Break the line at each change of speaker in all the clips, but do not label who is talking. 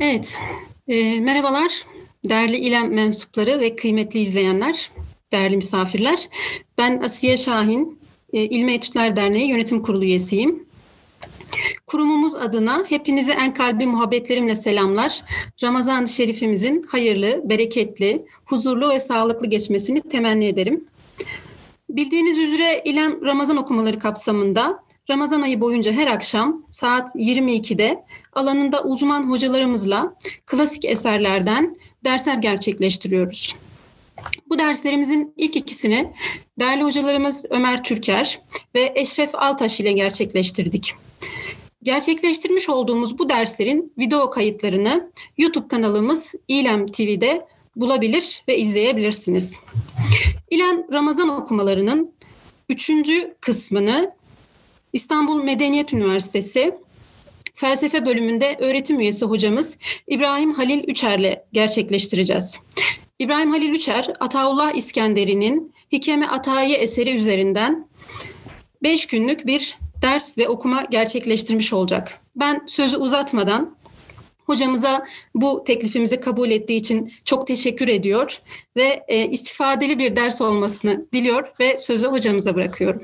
Evet, merhabalar değerli İLEM mensupları ve kıymetli izleyenler, değerli misafirler. Ben Asiye Şahin, İlmi Etütler Derneği Yönetim Kurulu üyesiyim. Kurumumuz adına hepinize en kalbi muhabbetlerimle selamlar. Ramazan-ı Şerifimizin hayırlı, bereketli, huzurlu ve sağlıklı geçmesini temenni ederim. Bildiğiniz üzere İLEM Ramazan okumaları kapsamında Ramazan ayı boyunca her akşam saat 22'de alanında uzman hocalarımızla klasik eserlerden dersler gerçekleştiriyoruz. Bu derslerimizin ilk ikisini değerli hocalarımız Ömer Türker ve Eşref Altaş ile gerçekleştirdik. Gerçekleştirmiş olduğumuz bu derslerin video kayıtlarını YouTube kanalımız İLEM TV'de bulabilir ve izleyebilirsiniz. İLEM Ramazan okumalarının 3. kısmını İstanbul Medeniyet Üniversitesi Felsefe bölümünde öğretim üyesi hocamız İbrahim Halil Üçer'le gerçekleştireceğiz. İbrahim Halil Üçer, Ataullah İskenderi'nin Hikeme Atayi eseri üzerinden 5 günlük bir ders ve okuma gerçekleştirmiş olacak. Ben sözü uzatmadan hocamıza bu teklifimizi kabul ettiği için çok teşekkür ediyor ve istifadeli bir ders olmasını diliyor ve sözü hocamıza bırakıyorum.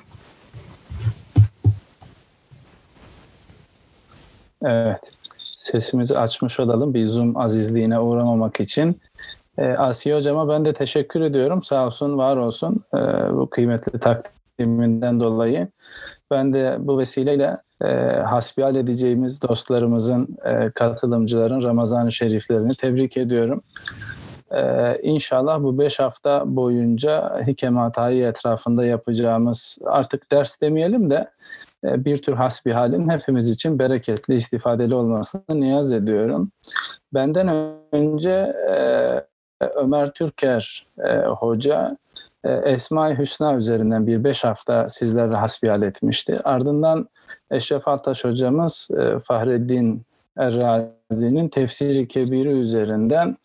Evet, sesimizi açmış olalım bir Zoom azizliğine uğramamak için. Asiye Hocama ben de teşekkür ediyorum. Sağ olsun, var olsun bu kıymetli takdiminden dolayı. Ben de bu vesileyle hasbihal edeceğimiz dostlarımızın, katılımcıların Ramazan-ı Şeriflerini tebrik ediyorum. İnşallah bu 5 hafta boyunca Hikeme Atayi etrafında yapacağımız, artık ders demeyelim de bir tür hasbihalin hepimiz için bereketli, istifadeli olmasını niyaz ediyorum. Benden önce Ömer Türker Hoca Esma-i Hüsna üzerinden bir 5 hafta sizlerle hasbihal etmişti. Ardından Eşref Altaş hocamız Fahreddin Errazi'nin Tefsir-i Kebiri üzerinden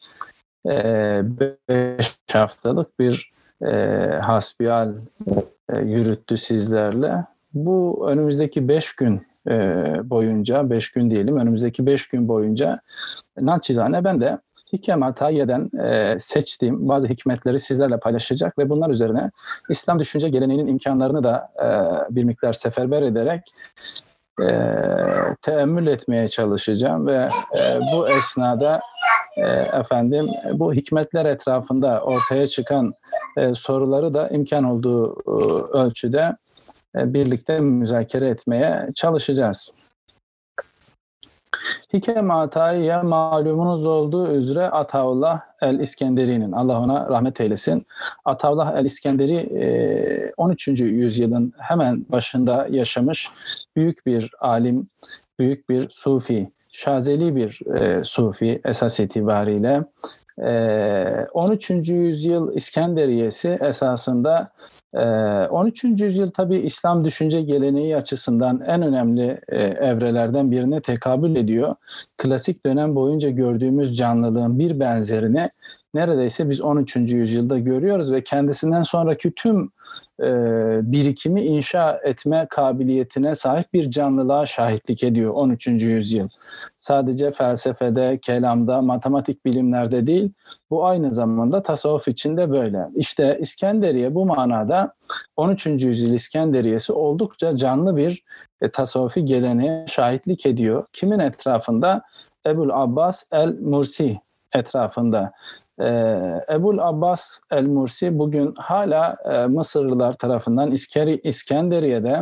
5 haftalık bir hasbihal yürüttü sizlerle. Bu önümüzdeki 5 gün boyunca, 5 gün diyelim, önümüzdeki 5 gün boyunca naçizane ben de Hikeme Atayi'den seçtiğim bazı hikmetleri sizlerle paylaşacak ve bunlar üzerine İslam düşünce geleneğinin imkanlarını da bir miktar seferber ederek teemmül etmeye çalışacağım ve bu esnada bu hikmetler etrafında ortaya çıkan soruları da imkan olduğu ölçüde birlikte müzakere etmeye çalışacağız. Hikeme Atayiye malumunuz olduğu üzere Ataullah el-İskenderi'nin, Allah ona rahmet eylesin. Ataullah el-İskenderi 13. yüzyılın hemen başında yaşamış büyük bir alim, büyük bir sufi, şazeli bir sufi esas itibariyle. 13. yüzyıl İskenderiyesi esasında 13. yüzyıl tabii İslam düşünce geleneği açısından en önemli evrelerden birine tekabül ediyor. Klasik dönem boyunca gördüğümüz canlılığın bir benzerini neredeyse biz 13. yüzyılda görüyoruz ve kendisinden sonraki tüm birikimi inşa etme kabiliyetine sahip bir canlılığa şahitlik ediyor 13. yüzyıl. Sadece felsefede, kelamda, matematik bilimlerde değil, bu aynı zamanda tasavvuf içinde böyle. İşte İskenderiye bu manada 13. yüzyıl İskenderiyesi oldukça canlı bir tasavvufi geleneğe şahitlik ediyor. Kimin etrafında? Ebul Abbas el-Mursi etrafında. Ebul Abbas el-Mursi bugün hala Mısırlılar tarafından İskenderiye'de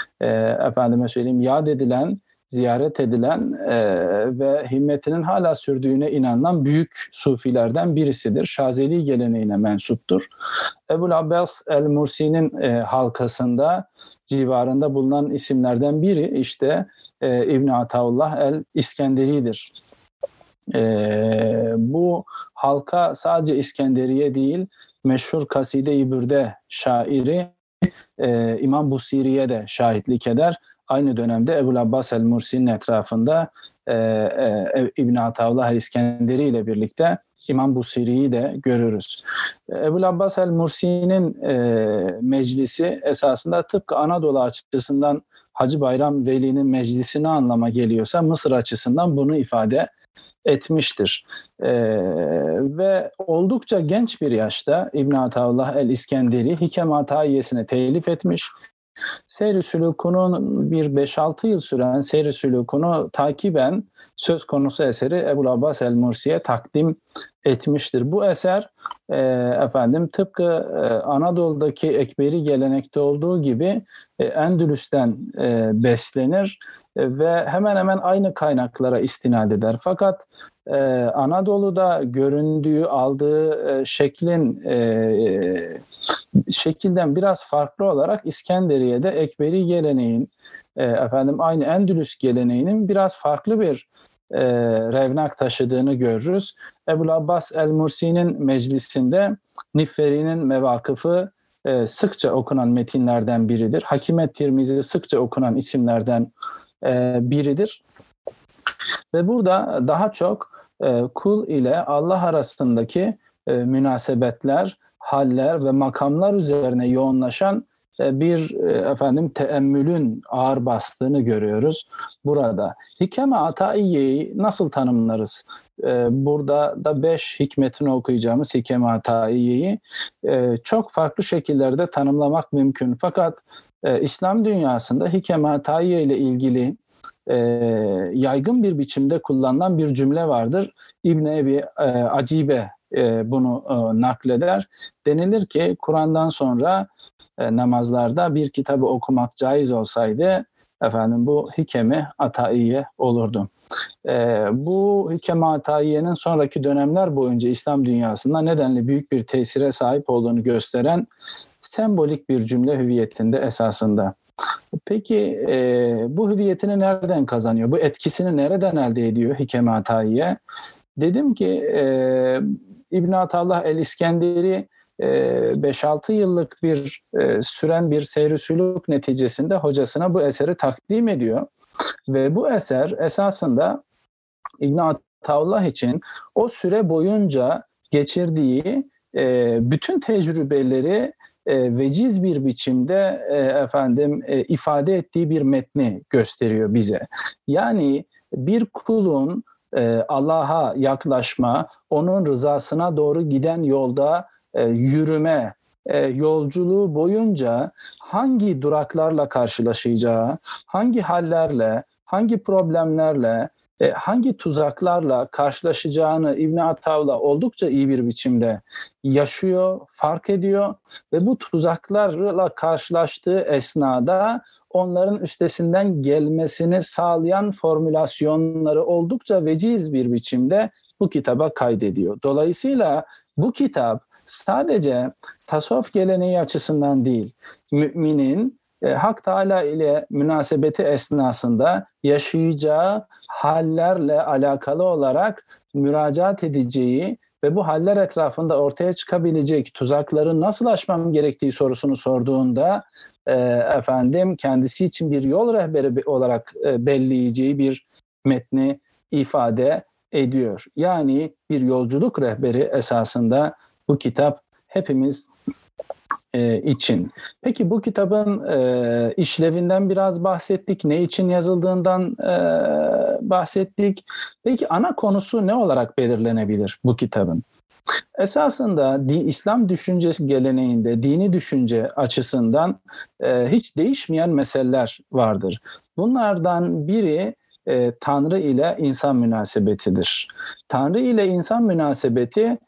yad edilen, ziyaret edilen ve himmetinin hala sürdüğüne inanılan büyük sufilerden birisidir. Şazeli geleneğine mensuptur. Ebul Abbas el-Mursi'nin halkasında, civarında bulunan isimlerden biri işte İbn Ataullah el-İskenderi'dir. Bu halka sadece İskenderiye değil, meşhur Kaside-i Bürde şairi İmam Busiri'ye de şahitlik eder. Aynı dönemde Ebul Abbas el-Mursi'nin etrafında İbn Ataullah el-İskenderi ile birlikte İmam Busiri'yi de görürüz. Ebul Abbas el-Mursi'nin meclisi esasında tıpkı Anadolu açısından Hacı Bayram Veli'nin meclisini anlama geliyorsa Mısır açısından bunu ifade etmiştir. Ve oldukça genç bir yaşta İbn Ataullah el-İskenderi Hikem-i Ataiyesini telif etmiş. Seyr-i Sülûk'unun bir 5-6 yıl süren Seyr-i Sülûk'unu takiben söz konusu eseri Ebu'l Abbas el-Mursi'ye takdim etmiştir. Bu eser tıpkı Anadolu'daki Ekberi gelenekte olduğu gibi Endülüs'ten beslenir ve hemen hemen aynı kaynaklara istinad eder. Fakat Anadolu'da göründüğü, aldığı şekilden biraz farklı olarak İskenderiye'de Ekberi geleneğin, aynı Endülüs geleneğinin biraz farklı bir revnak taşıdığını görürüz. Ebu'l Abbas el-Mursi'nin meclisinde Niferi'nin mevakıfı sıkça okunan metinlerden biridir. Hakim Tirmizi sıkça okunan isimlerden biridir. Ve burada daha çok kul ile Allah arasındaki münasebetler, haller ve makamlar üzerine yoğunlaşan bir teemmülün ağır bastığını görüyoruz burada. Hikem-i Ataiye'yi nasıl tanımlarız? Burada da 5 hikmetini okuyacağımız Hikem-i Ataiye'yi çok farklı şekillerde tanımlamak mümkün. Fakat İslam dünyasında Hikem-i Ataiye ile ilgili yaygın bir biçimde kullanılan bir cümle vardır. İbn-i Ebi Acibe bunu nakleder. Denilir ki Kur'an'dan sonra namazlarda bir kitabı okumak caiz olsaydı bu Hikem-i Ataiye olurdu. Bu Hikem-i Ataiye'nin sonraki dönemler boyunca İslam dünyasında nedenli büyük bir tesire sahip olduğunu gösteren sembolik bir cümle hüviyetinde esasında. Peki bu hüviyetini nereden kazanıyor? Bu etkisini nereden elde ediyor Hikem-i Ataiye? Dedim ki İbn Ataullah el-İskenderi 5-6 yıllık süren bir seyr-i sülûk neticesinde hocasına bu eseri takdim ediyor. Ve bu eser esasında İbn Ataullah için o süre boyunca geçirdiği bütün tecrübeleri veciz bir biçimde ifade ettiği bir metni gösteriyor bize. Yani bir kulun Allah'a yaklaşma, onun rızasına doğru giden yolda yürüme yolculuğu boyunca hangi duraklarla karşılaşacağı, hangi hallerle, hangi problemlerle, hangi tuzaklarla karşılaşacağını İbn Ataullah oldukça iyi bir biçimde yaşıyor, fark ediyor ve bu tuzaklarla karşılaştığı esnada onların üstesinden gelmesini sağlayan formülasyonları oldukça veciz bir biçimde bu kitaba kaydediyor. Dolayısıyla bu kitap sadece tasavvuf geleneği açısından değil, müminin Hak Teala ile münasebeti esnasında yaşayacağı hallerle alakalı olarak müracaat edeceği ve bu haller etrafında ortaya çıkabilecek tuzakları nasıl aşmam gerektiği sorusunu sorduğunda kendisi için bir yol rehberi olarak belleyeceği bir metni ifade ediyor. Yani bir yolculuk rehberi esasında bu kitap hepimiz için. Peki bu kitabın işlevinden biraz bahsettik. Ne için yazıldığından bahsettik. Peki ana konusu ne olarak belirlenebilir bu kitabın? Esasında İslam düşüncesi geleneğinde, dini düşünce açısından hiç değişmeyen meseleler vardır. Bunlardan biri Tanrı ile insan münasebetidir. Tanrı ile insan münasebeti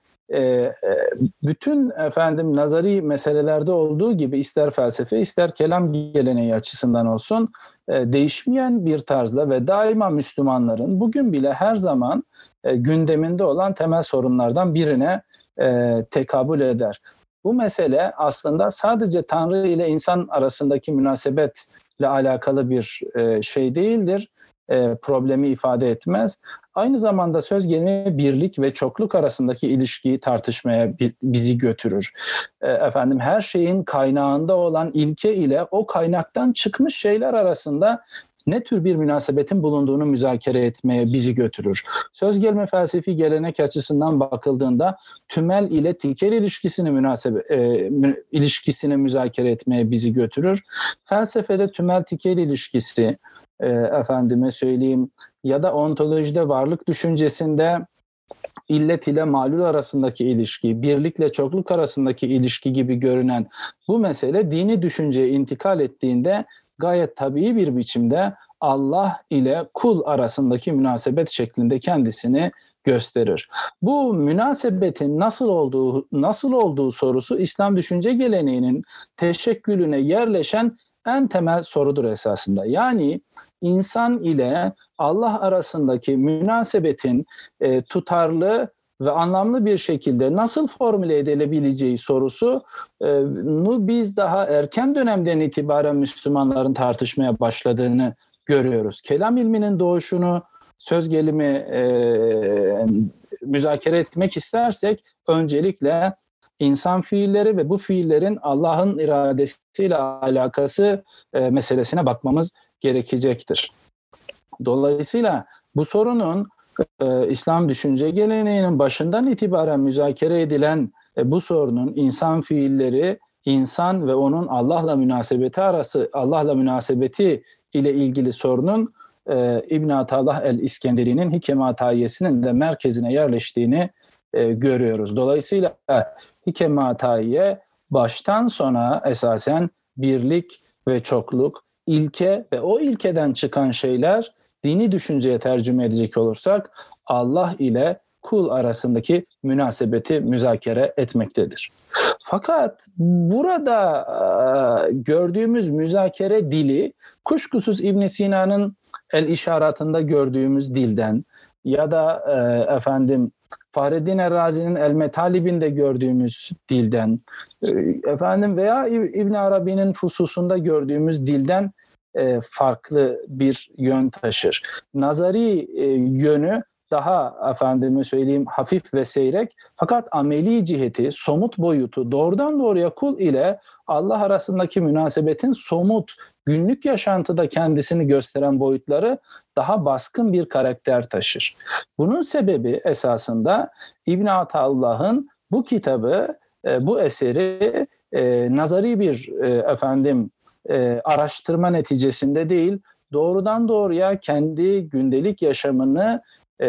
bütün nazari meselelerde olduğu gibi ister felsefe ister kelam geleneği açısından olsun değişmeyen bir tarzda ve daima Müslümanların bugün bile her zaman gündeminde olan temel sorunlardan birine tekabül eder. Bu mesele aslında sadece Tanrı ile insan arasındaki münasebetle alakalı bir şey değildir. Problemi ifade etmez. Aynı zamanda söz gelimi birlik ve çokluk arasındaki ilişkiyi tartışmaya bizi götürür. Her şeyin kaynağında olan ilke ile o kaynaktan çıkmış şeyler arasında ne tür bir münasebetin bulunduğunu müzakere etmeye bizi götürür. Söz gelimi felsefi gelenek açısından bakıldığında tümel ile tikel ilişkisini müzakere etmeye bizi götürür. Felsefede tümel tikel ilişkisi, efendime söyleyeyim, ya da ontolojide, varlık düşüncesinde illet ile malul arasındaki ilişki, birlikle çokluk arasındaki ilişki gibi görünen bu mesele dini düşünceye intikal ettiğinde gayet tabii bir biçimde Allah ile kul arasındaki münasebet şeklinde kendisini gösterir. Bu münasebetin nasıl olduğu sorusu İslam düşünce geleneğinin teşekkülüne yerleşen en temel sorudur esasında. Yani insan ile Allah arasındaki münasebetin tutarlı ve anlamlı bir şekilde nasıl formüle edilebileceği sorusunu biz daha erken dönemden itibaren Müslümanların tartışmaya başladığını görüyoruz. Kelam ilminin doğuşunu, söz gelimi müzakere etmek istersek öncelikle insan fiilleri ve bu fiillerin Allah'ın iradesiyle alakası meselesine bakmamız gerekecektir. Dolayısıyla bu sorunun İslam düşünce geleneğinin başından itibaren müzakere edilen bu sorunun insan fiilleri, insan ve onun Allah'la münasebeti ile ilgili sorunun İbn Ataullah el-İskenderi'nin Hikem-i Ataiyesinin de merkezine yerleştiğini görüyoruz. Dolayısıyla Hikem-i Ataiye baştan sona esasen birlik ve çokluk, ilke ve o ilkeden çıkan şeyler dini düşünceye tercüme edecek olursak Allah ile kul arasındaki münasebeti müzakere etmektedir. Fakat burada gördüğümüz müzakere dili kuşkusuz İbn Sina'nın El-İşarat'ında gördüğümüz dilden ya da Fahreddin Errazi'nin El-Metalib'inde gördüğümüz dilden veya İbn Arabi'nin Fusus'unda gördüğümüz dilden farklı bir yön taşır. Nazari yönü daha hafif ve seyrek, fakat ameli ciheti, somut boyutu doğrudan doğruya kul ile Allah arasındaki münasebetin somut, günlük yaşantıda kendisini gösteren boyutları daha baskın bir karakter taşır. Bunun sebebi esasında İbn Ataullah'ın bu kitabı, bu eseri nazari bir araştırma neticesinde değil, doğrudan doğruya kendi gündelik yaşamını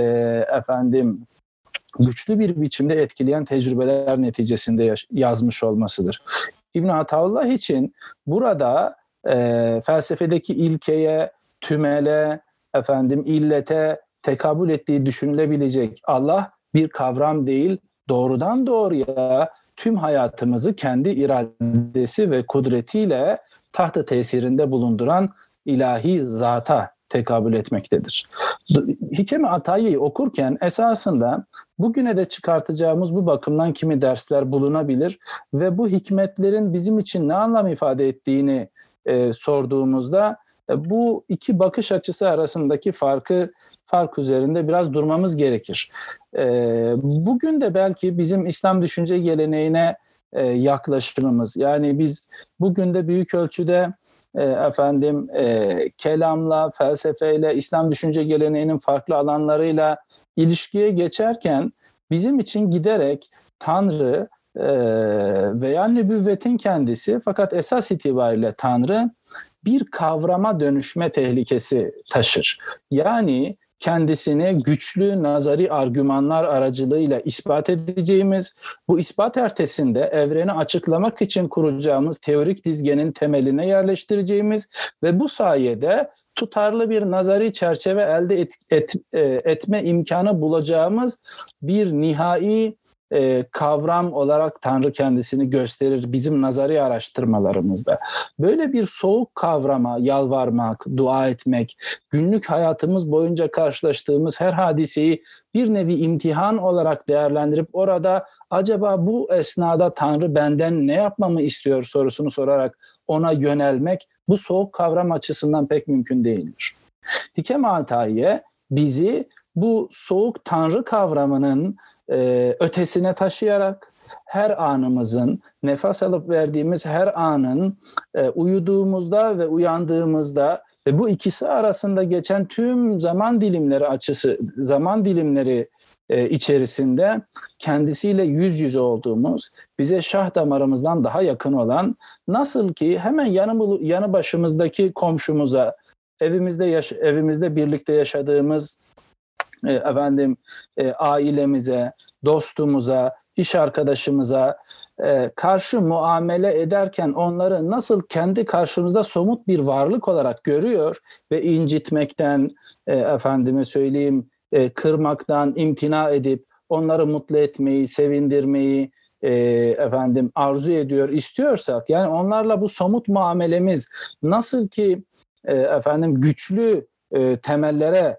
güçlü bir biçimde etkileyen tecrübeler neticesinde yazmış olmasıdır. İbn Ataullah için burada felsefedeki ilkeye, tümele, illete tekabül ettiği düşünülebilecek Allah bir kavram değil, doğrudan doğruya tüm hayatımızı kendi iradesi ve kudretiyle tahtı tesirinde bulunduran ilahi zata tekabül etmektedir. Hikem-i Ataiye'yi okurken esasında bugüne de çıkartacağımız bu bakımdan kimi dersler bulunabilir ve bu hikmetlerin bizim için ne anlam ifade ettiğini sorduğumuzda bu iki bakış açısı arasındaki fark üzerinde biraz durmamız gerekir. Bugün de belki bizim İslam düşünce geleneğine yaklaşımımız, yani biz bugün de büyük ölçüde kelamla, felsefeyle, İslam düşünce geleneğinin farklı alanlarıyla ilişkiye geçerken bizim için giderek Tanrı veya nübüvvetin kendisi, fakat esas itibariyle Tanrı bir kavrama dönüşme tehlikesi taşır. Yani kendisini güçlü nazari argümanlar aracılığıyla ispat edeceğimiz, bu ispat ertesinde evreni açıklamak için kuracağımız teorik dizgenin temeline yerleştireceğimiz ve bu sayede tutarlı bir nazari çerçeve elde etme imkanı bulacağımız bir nihai kavram olarak Tanrı kendisini gösterir bizim nazari araştırmalarımızda. Böyle bir soğuk kavrama yalvarmak, dua etmek, günlük hayatımız boyunca karşılaştığımız her hadiseyi bir nevi imtihan olarak değerlendirip orada acaba bu esnada Tanrı benden ne yapmamı istiyor sorusunu sorarak ona yönelmek bu soğuk kavram açısından pek mümkün değildir. Hikem-i Ataiye bizi bu soğuk Tanrı kavramının ötesine taşıyarak her anımızın, nefes alıp verdiğimiz her anın uyuduğumuzda ve uyandığımızda ve bu ikisi arasında geçen tüm zaman dilimleri içerisinde kendisiyle yüz yüze olduğumuz, bize şah damarımızdan daha yakın olan, nasıl ki hemen yanı başımızdaki komşumuza evimizde birlikte yaşadığımız ailemize, dostumuza, iş arkadaşımıza karşı muamele ederken onları nasıl kendi karşımızda somut bir varlık olarak görüyor ve incitmekten, kırmaktan imtina edip onları mutlu etmeyi, sevindirmeyi arzu ediyor, istiyorsak, yani onlarla bu somut muamelemiz nasıl ki güçlü temellere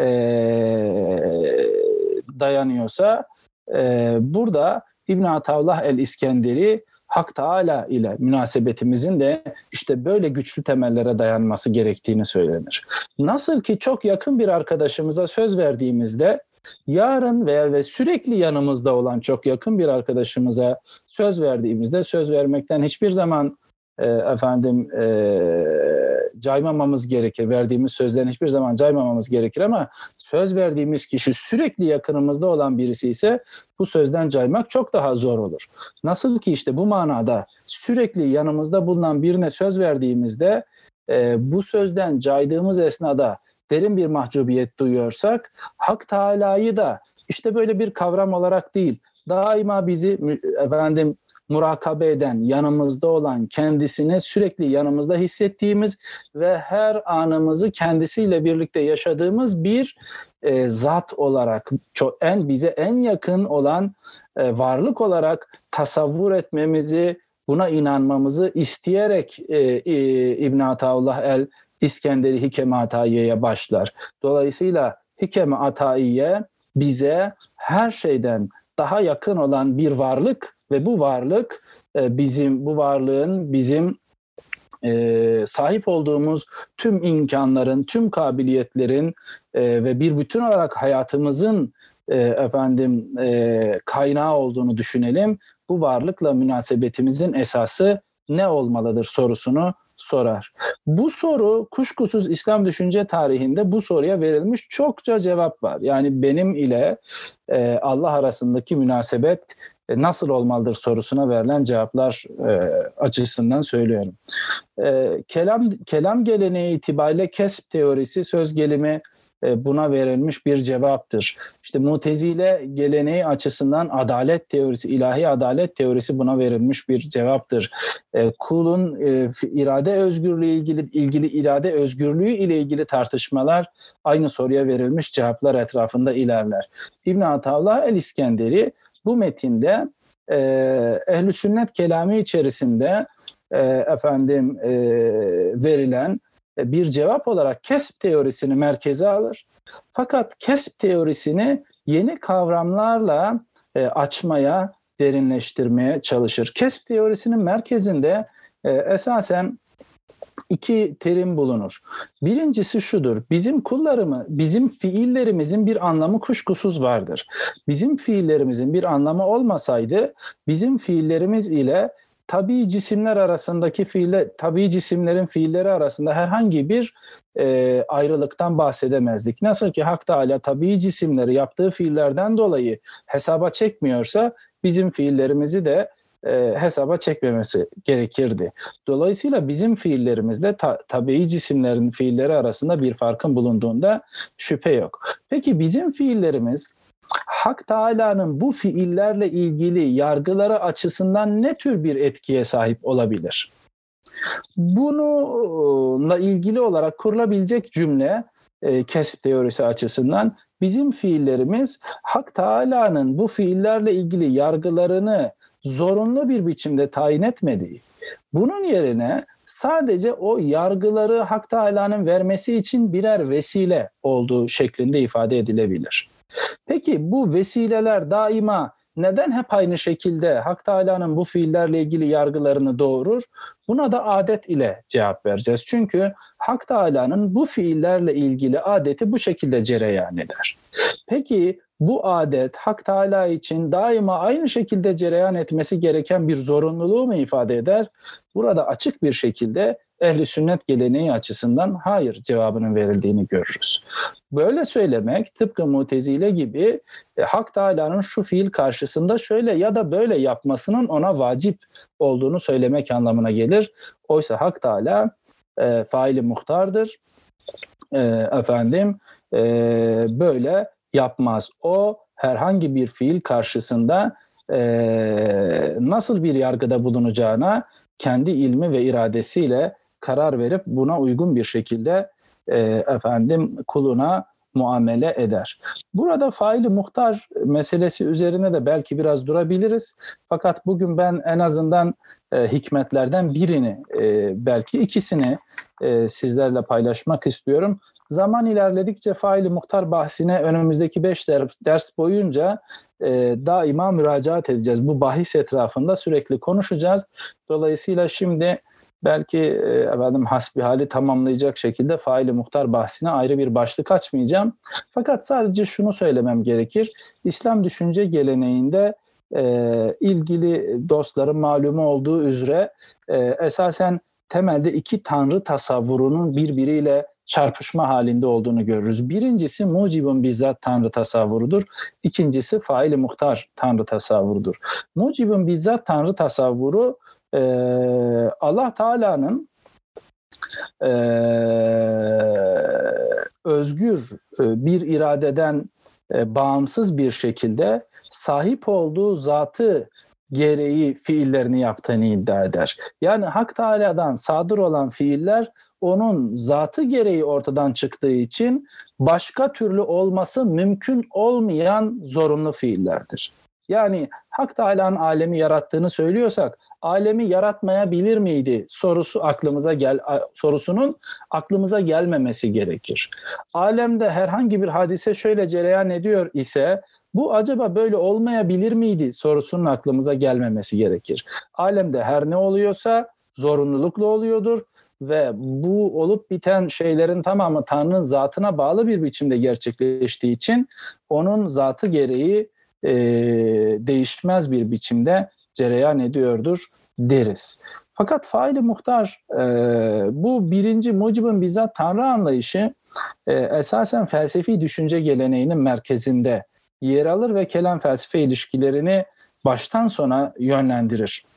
dayanıyorsa, burada İbn-i Ataullah el-İskenderi Hak Teala ile münasebetimizin de işte böyle güçlü temellere dayanması gerektiğini söylenir. Nasıl ki çok yakın bir arkadaşımıza söz verdiğimizde, yarın ve sürekli yanımızda olan çok yakın bir arkadaşımıza söz verdiğimizde, söz vermekten hiçbir zaman caymamamız gerekir. Verdiğimiz sözden hiçbir zaman caymamamız gerekir, ama söz verdiğimiz kişi sürekli yakınımızda olan birisi ise bu sözden caymak çok daha zor olur. Nasıl ki işte bu manada sürekli yanımızda bulunan birine söz verdiğimizde bu sözden caydığımız esnada derin bir mahcubiyet duyuyorsak, Hak Teala'yı da işte böyle bir kavram olarak değil, daima bizi murakabe eden, yanımızda olan, kendisini sürekli yanımızda hissettiğimiz ve her anımızı kendisiyle birlikte yaşadığımız bir zat olarak, bize en yakın olan varlık olarak tasavvur etmemizi, buna inanmamızı isteyerek İbn Ataullah el-İskenderi Hikem-i Ataiye'ye başlar. Dolayısıyla Hikem-i Ataiye bize her şeyden daha yakın olan bir varlık ve bu varlık bu varlığın bizim sahip olduğumuz tüm imkanların, tüm kabiliyetlerin ve bir bütün olarak hayatımızın kaynağı olduğunu düşünelim. Bu varlıkla münasebetimizin esası ne olmalıdır sorusunu sorar. Bu soru kuşkusuz İslam düşünce tarihinde bu soruya verilmiş çokça cevap var. Yani benim ile Allah arasındaki münasebet nasıl olmalıdır sorusuna verilen cevaplar açısından söylüyorum. Kelam geleneği itibariyle kesb teorisi söz gelimi buna verilmiş bir cevaptır. İşte Mutezile geleneği açısından adalet teorisi, ilahi adalet teorisi buna verilmiş bir cevaptır. Kulun irade özgürlüğü ilgili irade özgürlüğü ile ilgili tartışmalar aynı soruya verilmiş cevaplar etrafında ilerler. İbn Ataullah el-İskenderi bu metinde ehl-i sünnet kelamı içerisinde verilen bir cevap olarak kesb teorisini merkeze alır. Fakat kesb teorisini yeni kavramlarla açmaya, derinleştirmeye çalışır. Kesb teorisinin merkezinde esasen iki terim bulunur. Birincisi şudur: bizim fiillerimizin bir anlamı kuşkusuz vardır. Bizim fiillerimizin bir anlamı olmasaydı, bizim fiillerimiz ile tabii cisimlerin fiilleri arasında herhangi bir ayrılıktan bahsedemezdik. Nasıl ki Hak Teala tabii cisimleri yaptığı fiillerden dolayı hesaba çekmiyorsa, bizim fiillerimizi de hesaba çekmemesi gerekirdi. Dolayısıyla bizim fiillerimizle tabii cisimlerin fiilleri arasında bir farkın bulunduğunda şüphe yok. Peki bizim fiillerimiz Hak Teala'nın bu fiillerle ilgili yargıları açısından ne tür bir etkiye sahip olabilir? Bununla ilgili olarak kurulabilecek cümle kesb teorisi açısından, bizim fiillerimiz Hak Teala'nın bu fiillerle ilgili yargılarını zorunlu bir biçimde tayin etmediği, bunun yerine sadece o yargıları Hak Teala'nın vermesi için birer vesile olduğu şeklinde ifade edilebilir. Peki bu vesileler daima neden hep aynı şekilde Hak Teala'nın bu fiillerle ilgili yargılarını doğurur? Buna da adet ile cevap vereceğiz. Çünkü Hak Teala'nın bu fiillerle ilgili adeti bu şekilde cereyan eder. Peki bu adet Hak Teala için daima aynı şekilde cereyan etmesi gereken bir zorunluluğu mu ifade eder? Burada açık bir şekilde ehl-i sünnet geleneği açısından hayır cevabının verildiğini görürüz. Böyle söylemek tıpkı Mutezile gibi Hak Teala'nın şu fiil karşısında şöyle ya da böyle yapmasının ona vacip olduğunu söylemek anlamına gelir. Oysa Hak Teala faili muhtardır. efendim böyle yapmaz. O herhangi bir fiil karşısında nasıl bir yargıda bulunacağına kendi ilmi ve iradesiyle karar verip buna uygun bir şekilde efendim kuluna muamele eder. Burada faili muhtar meselesi üzerine de belki biraz durabiliriz. Fakat bugün ben en azından hikmetlerden birini, belki ikisini sizlerle paylaşmak istiyorum. Zaman ilerledikçe faili muhtar bahsine önümüzdeki 5 ders boyunca daima müracaat edeceğiz. Bu bahis etrafında sürekli konuşacağız. Dolayısıyla şimdi belki hasbihali tamamlayacak şekilde faili muhtar bahsine ayrı bir başlık açmayacağım. Fakat sadece şunu söylemem gerekir. İslam düşünce geleneğinde ilgili dostların malumu olduğu üzere esasen temelde iki tanrı tasavvurunun birbiriyle çarpışma halinde olduğunu görürüz. Birincisi mucibun bizzat tanrı tasavvurudur. İkincisi faili muhtar tanrı tasavvurudur. Mucibun bizzat tanrı tasavvuru Allah Teala'nın özgür bir iradeden bağımsız bir şekilde sahip olduğu zatı gereği fiillerini yaptığını iddia eder. Yani Hak Teala'dan sadır olan fiiller onun zatı gereği ortadan çıktığı için başka türlü olması mümkün olmayan zorunlu fiillerdir. Yani Hak Teala'nın alemi yarattığını söylüyorsak, alemi yaratmayabilir miydi sorusunun aklımıza gelmemesi gerekir. Alemde herhangi bir hadise şöyle cereyan ediyor ise, bu acaba böyle olmayabilir miydi sorusunun aklımıza gelmemesi gerekir. Alemde her ne oluyorsa zorunlulukla oluyordur ve bu olup biten şeylerin tamamı Tanrı'nın zatına bağlı bir biçimde gerçekleştiği için onun zatı gereği değişmez bir biçimde cereyan ediyordur deriz. Fakat faili muhtar, bu birinci mucibun bizzat Tanrı anlayışı esasen felsefi düşünce geleneğinin merkezinde yer alır ve kelam felsefe ilişkilerini baştan sona yönlendirir.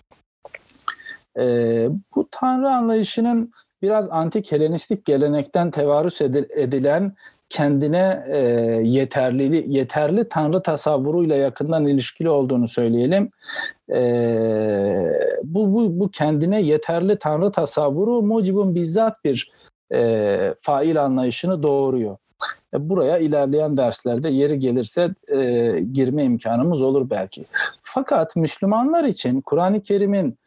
Bu Tanrı anlayışının biraz antik Helenistik gelenekten tevarüs edilen kendine yeterli Tanrı tasavvuruyla yakından ilişkili olduğunu söyleyelim. Bu kendine yeterli Tanrı tasavvuru mucibun bizzat bir fail anlayışını doğuruyor. Buraya ilerleyen derslerde yeri gelirse girme imkanımız olur belki. Fakat Müslümanlar için Kur'an-ı Kerim'in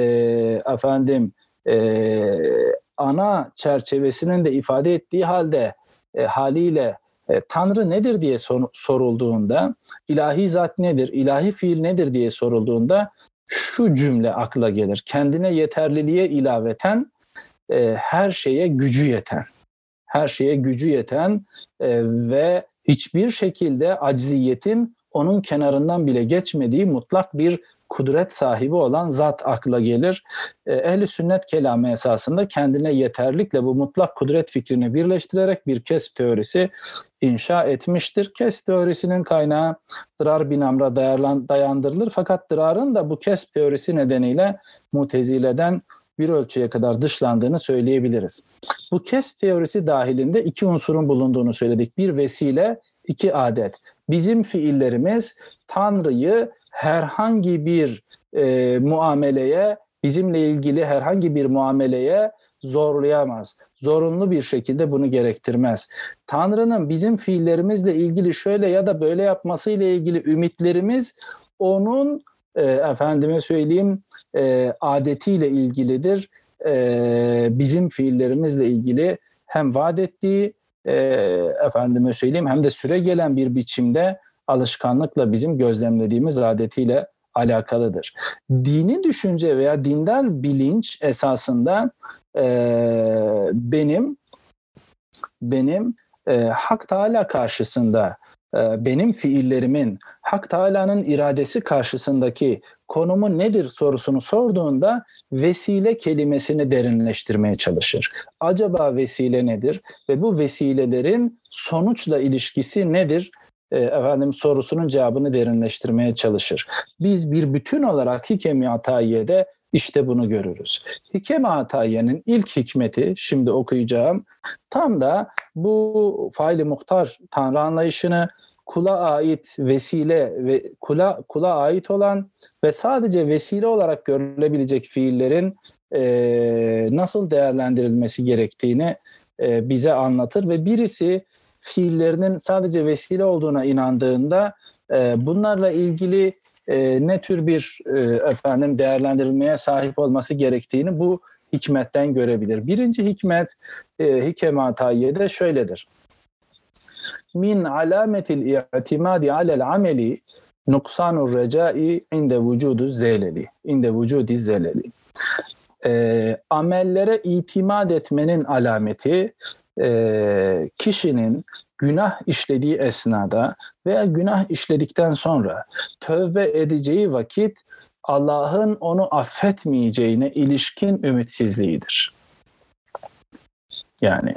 ana çerçevesinin de ifade ettiği halde haliyle Tanrı nedir diye sorulduğunda, ilahi zat nedir, ilahi fiil nedir diye sorulduğunda şu cümle akla gelir. Kendine yeterliliğe ilaveten her şeye gücü yeten. Her şeye gücü yeten ve hiçbir şekilde acziyetin onun kenarından bile geçmediği mutlak bir kudret sahibi olan zat akla gelir. Ehl-i sünnet kelamı esasında kendine yeterlikle bu mutlak kudret fikrini birleştirerek bir kesb teorisi inşa etmiştir. Kesb teorisinin kaynağı Dırar bin Amr'a dayandırılır. Fakat Dırar'ın da bu kesb teorisi nedeniyle Mutezile'den bir ölçüye kadar dışlandığını söyleyebiliriz. Bu kesb teorisi dahilinde iki unsurun bulunduğunu söyledik. Bir vesile, iki adet. Bizim fiillerimiz Tanrı'yı herhangi bir muameleye, bizimle ilgili herhangi bir muameleye zorlayamaz. Zorunlu bir şekilde bunu gerektirmez. Tanrı'nın bizim fiillerimizle ilgili şöyle ya da böyle yapmasıyla ilgili ümitlerimiz onun adetiyle ilgilidir. Bizim fiillerimizle ilgili hem vaat ettiği hem de süre gelen bir biçimde alışkanlıkla bizim gözlemlediğimiz adetiyle alakalıdır. Dini düşünce veya dindar bilinç esasında benim Hak Teala karşısında benim fiillerimin Hak Teala'nın iradesi karşısındaki konumu nedir sorusunu sorduğunda vesile kelimesini derinleştirmeye çalışır. Acaba vesile nedir ve bu vesilelerin sonuçla ilişkisi nedir? Sorusunun cevabını derinleştirmeye çalışır. Biz bir bütün olarak Hikem-i Atayiye'de işte bunu görürüz. Hikem-i Atayiye'nin ilk hikmeti, şimdi okuyacağım, tam da bu fail-i muhtar Tanrı anlayışını, kula ait vesile ve kula ait olan ve sadece vesile olarak görülebilecek fiillerin nasıl değerlendirilmesi gerektiğini bize anlatır ve birisi fiillerinin sadece vesile olduğuna inandığında bunlarla ilgili ne tür bir değerlendirilmeye sahip olması gerektiğini bu hikmetten görebilir. Birinci hikmet Hikem-i Atayiye'de şöyledir. Min alametil i'timadi alel ameli nuksanur recai inde vücudu zeleli. İnde vücudi zeleli. Amellere itimat etmenin alameti kişinin günah işlediği esnada veya günah işledikten sonra tövbe edeceği vakit Allah'ın onu affetmeyeceğine ilişkin ümitsizliğidir. Yani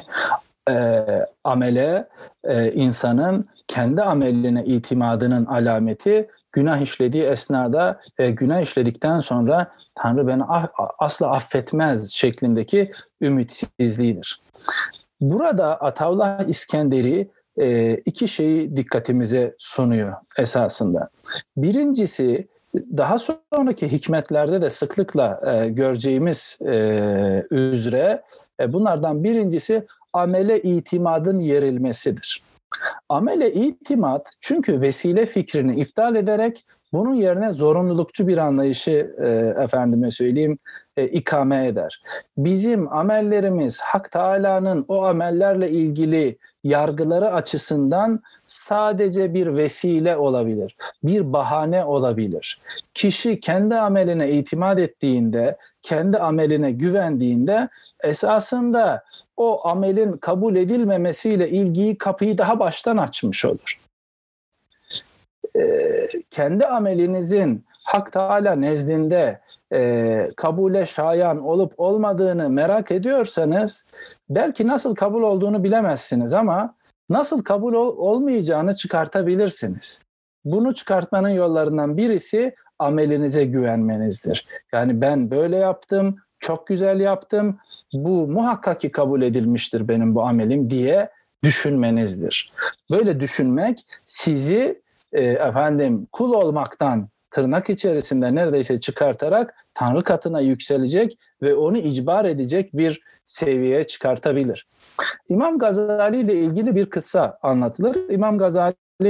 amele insanın kendi ameline itimadının alameti günah işlediği esnada günah işledikten sonra Tanrı beni asla affetmez şeklindeki ümitsizliğidir. Burada Ataullah İskenderi iki şeyi dikkatimize sunuyor esasında. Birincisi, daha sonraki hikmetlerde de sıklıkla göreceğimiz üzere bunlardan birincisi amele itimadın yerilmesidir. Amele itimat çünkü vesile fikrini iptal ederek bunun yerine zorunlulukçu bir anlayışı ikame eder. Bizim amellerimiz Hak Teâlâ'nın o amellerle ilgili yargıları açısından sadece bir vesile olabilir, bir bahane olabilir. Kişi kendi ameline itimat ettiğinde, kendi ameline güvendiğinde esasında o amelin kabul edilmemesiyle ilgili kapıyı daha baştan açmış olur. Kendi amelinizin Hak Teâlâ nezdinde kabule şayan olup olmadığını merak ediyorsanız belki nasıl kabul olduğunu bilemezsiniz ama nasıl kabul olmayacağını çıkartabilirsiniz. Bunu çıkartmanın yollarından birisi amelinize güvenmenizdir. Yani ben böyle yaptım, çok güzel yaptım, bu muhakkak ki kabul edilmiştir benim bu amelim diye düşünmenizdir. Böyle düşünmek sizi kul olmaktan tırnak içerisinde neredeyse çıkartarak Tanrı katına yükselecek ve onu icbar edecek bir seviyeye çıkartabilir. İmam Gazali ile ilgili bir kıssa anlatılır. İmam Gazali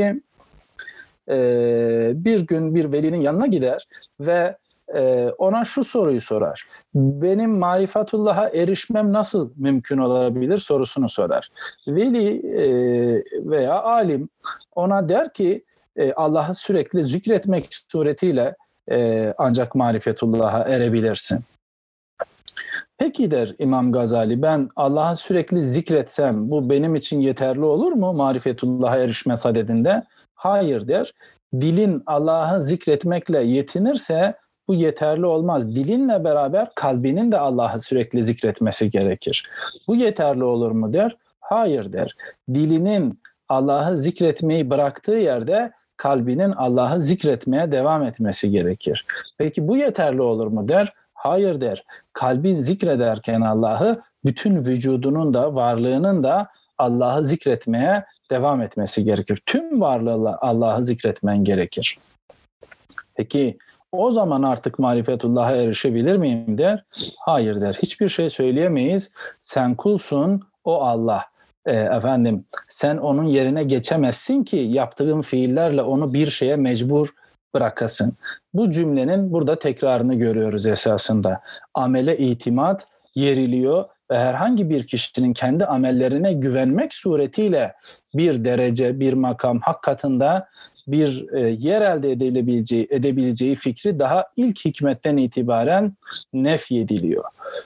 bir gün bir velinin yanına gider ve ona şu soruyu sorar. Benim marifetullah'a erişmem nasıl mümkün olabilir sorusunu sorar. Veli veya alim ona der ki Allah'ı sürekli zikretmek suretiyle ancak marifetullah'a erebilirsin. Peki der İmam Gazali, ben Allah'ı sürekli zikretsem bu benim için yeterli olur mu marifetullah'a erişme sadedinde? Hayır der. Dilin Allah'ı zikretmekle yetinirse bu yeterli olmaz. Dilinle beraber kalbinin de Allah'ı sürekli zikretmesi gerekir. Bu yeterli olur mu der? Hayır der. Dilinin Allah'ı zikretmeyi bıraktığı yerde kalbinin Allah'ı zikretmeye devam etmesi gerekir. Peki bu yeterli olur mu der? Hayır der. Kalbin zikrederken Allah'ı bütün vücudunun da varlığının da Allah'ı zikretmeye devam etmesi gerekir. Tüm varlığıyla Allah'ı zikretmen gerekir. Peki o zaman artık marifetullah'a erişebilir miyim der? Hayır der. Hiçbir şey söyleyemeyiz. Sen kulsun, o Allah. Sen onun yerine geçemezsin ki yaptığın fiillerle onu bir şeye mecbur bırakasın. Bu cümlenin burada tekrarını görüyoruz esasında. Amele itimat yeriliyor ve herhangi bir kişinin kendi amellerine güvenmek suretiyle bir derece, bir makam hak katında bir yer elde edebileceği fikri daha ilk hikmetten itibaren nefyediliyor.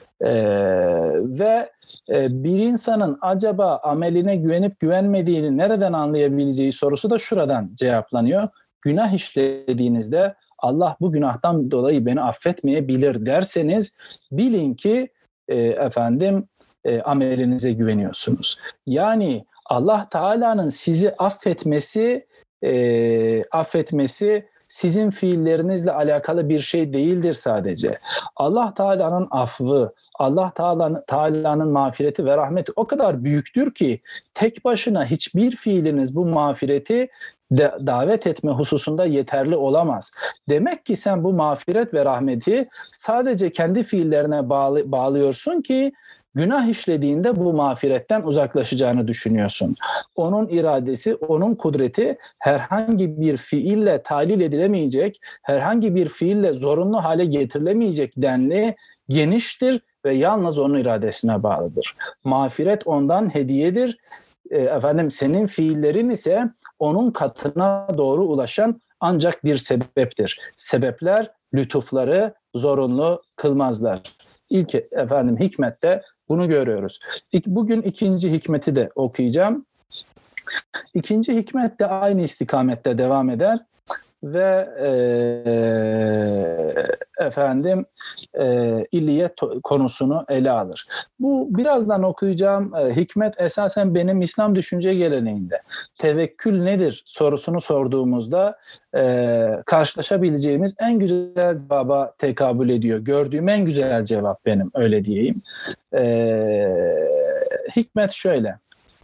Ve bir insanın acaba ameline güvenip güvenmediğini nereden anlayabileceği sorusu da şuradan cevaplanıyor. Günah işlediğinizde Allah bu günahtan dolayı beni affetmeyebilir derseniz bilin ki amelinize güveniyorsunuz. Yani Allah Teala'nın sizi affetmesi sizin fiillerinizle alakalı bir şey değildir sadece. Allah Teala'nın affı, Allah Teala'nın mağfireti ve rahmeti o kadar büyüktür ki tek başına hiçbir fiiliniz bu mağfireti davet etme hususunda yeterli olamaz. Demek ki sen bu mağfiret ve rahmeti sadece kendi fiillerine bağlıyorsun ki günah işlediğinde bu mağfiretten uzaklaşacağını düşünüyorsun. Onun iradesi, onun kudreti herhangi bir fiille talil edilemeyecek, herhangi bir fiille zorunlu hale getirilemeyecek denli geniştir ve yalnız onun iradesine bağlıdır. Mağfiret ondan hediyedir. Senin fiillerin ise onun katına doğru ulaşan ancak bir sebeptir. Sebepler lütufları zorunlu kılmazlar. İlk hikmette bunu görüyoruz. Bugün ikinci hikmeti de okuyacağım. İkinci hikmet de aynı istikamette devam eder ve illiyet konusunu ele alır. Bu birazdan okuyacağım hikmet esasen benim İslam düşünce geleneğinde tevekkül nedir sorusunu sorduğumuzda karşılaşabileceğimiz en güzel cevaba tekabül ediyor. Gördüğüm en güzel cevap benim, öyle diyeyim. Hikmet şöyle.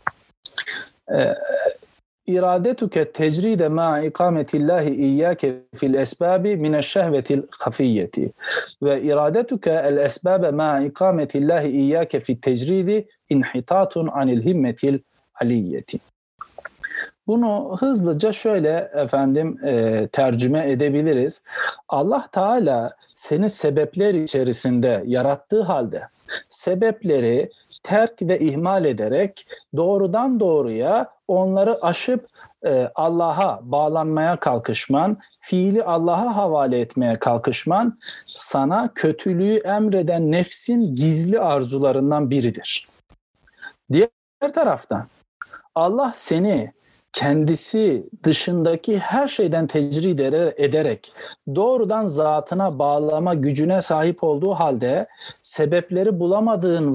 İradetuke tecride ma ikametillahi iyyake fil esbabi mineşşehvetil hafiyyeti ve iradetuke el esbabe ma ikametillahi iyyake fit tecridi inhitatun anil himmetil aliyyeti. Bunu hızlıca şöyle tercüme edebiliriz. Allah Teala seni sebepler içerisinde yarattığı halde sebepleri terk ve ihmal ederek doğrudan doğruya onları aşıp Allah'a bağlanmaya kalkışman, fiili Allah'a havale etmeye kalkışman sana kötülüğü emreden nefsin gizli arzularından biridir. Diğer taraftan Allah seni kendisi dışındaki her şeyden tecrid ederek doğrudan zatına bağlama gücüne sahip olduğu halde sebepleri bulamadığın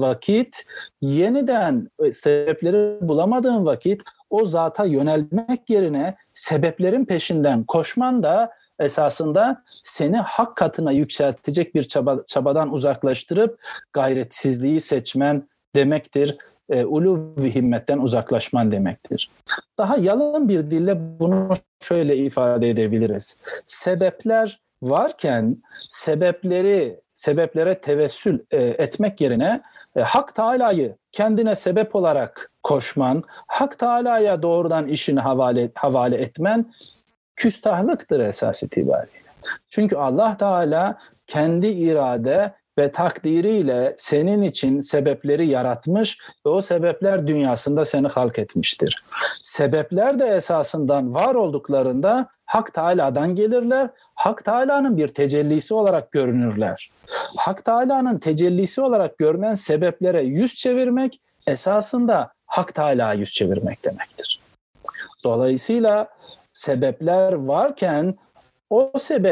vakit o zata yönelmek yerine sebeplerin peşinden koşman da esasında seni hak katına yükseltecek bir çabadan uzaklaştırıp gayretsizliği seçmen demektir. Uluv-i himmetten uzaklaşman demektir. Daha yalın bir dille bunu şöyle ifade edebiliriz. Sebepler varken sebeplere tevessül etmek yerine Hak Teala'yı kendine sebep olarak koşman, Hak Teala'ya doğrudan işini havale etmen küstahlıktır esas itibariyle. Çünkü Allah Teala kendi irade ve takdiriyle senin için sebepleri yaratmış ve o sebepler dünyasında seni halk etmiştir. Sebepler de esasından var olduklarında Hak Teala'dan gelirler, Hak Teala'nın bir tecellisi olarak görünürler. Hak Teala'nın tecellisi olarak görünen sebeplere yüz çevirmek esasında Hak Teala'ya yüz çevirmek demektir. Dolayısıyla sebepler varken o